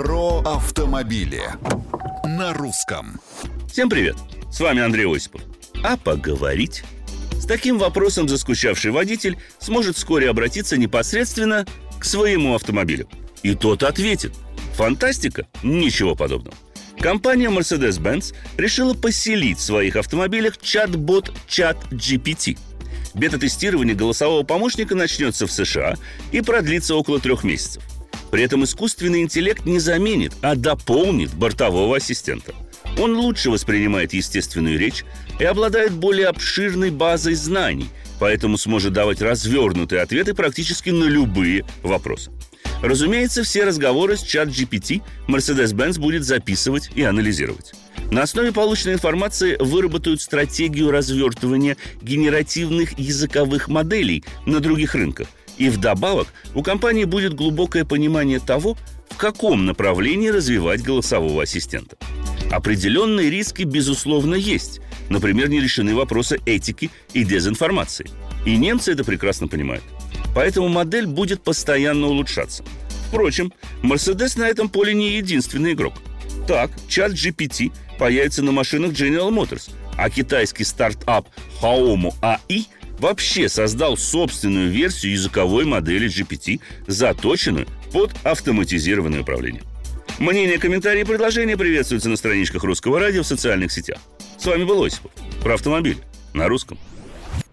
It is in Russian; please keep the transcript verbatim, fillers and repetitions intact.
Про автомобили на русском. Всем привет! С вами Андрей Осипов. А поговорить? С таким вопросом заскучавший водитель сможет вскоре обратиться непосредственно к своему автомобилю. И тот ответит: фантастика? Ничего подобного. Компания Mercedes-Benz решила поселить в своих автомобилях чат-бот ChatGPT. Бета-тестирование голосового помощника начнется в США и продлится около трех месяцев. При этом искусственный интеллект не заменит, а дополнит бортового ассистента. Он лучше воспринимает естественную речь и обладает более обширной базой знаний, поэтому сможет давать развернутые ответы практически на любые вопросы. Разумеется, все разговоры с ChatGPT Mercedes-Benz будет записывать и анализировать. На основе полученной информации выработают стратегию развертывания генеративных языковых моделей на других рынках. И вдобавок у компании будет глубокое понимание того, в каком направлении развивать голосового ассистента. Определенные риски, безусловно, есть. Например, не решены вопросы этики и дезинформации. И немцы это прекрасно понимают. Поэтому модель будет постоянно улучшаться. Впрочем, Mercedes на этом поле не единственный игрок. Так, ChatGPT появится на машинах General Motors, а китайский стартап Haomo эй ай вообще создал собственную версию языковой модели джи пи ти, заточенную под автоматизированное управление. Мнения, комментарии и предложения приветствуются на страничках Русского радио в социальных сетях. С вами был Осипов. Про автомобили на русском.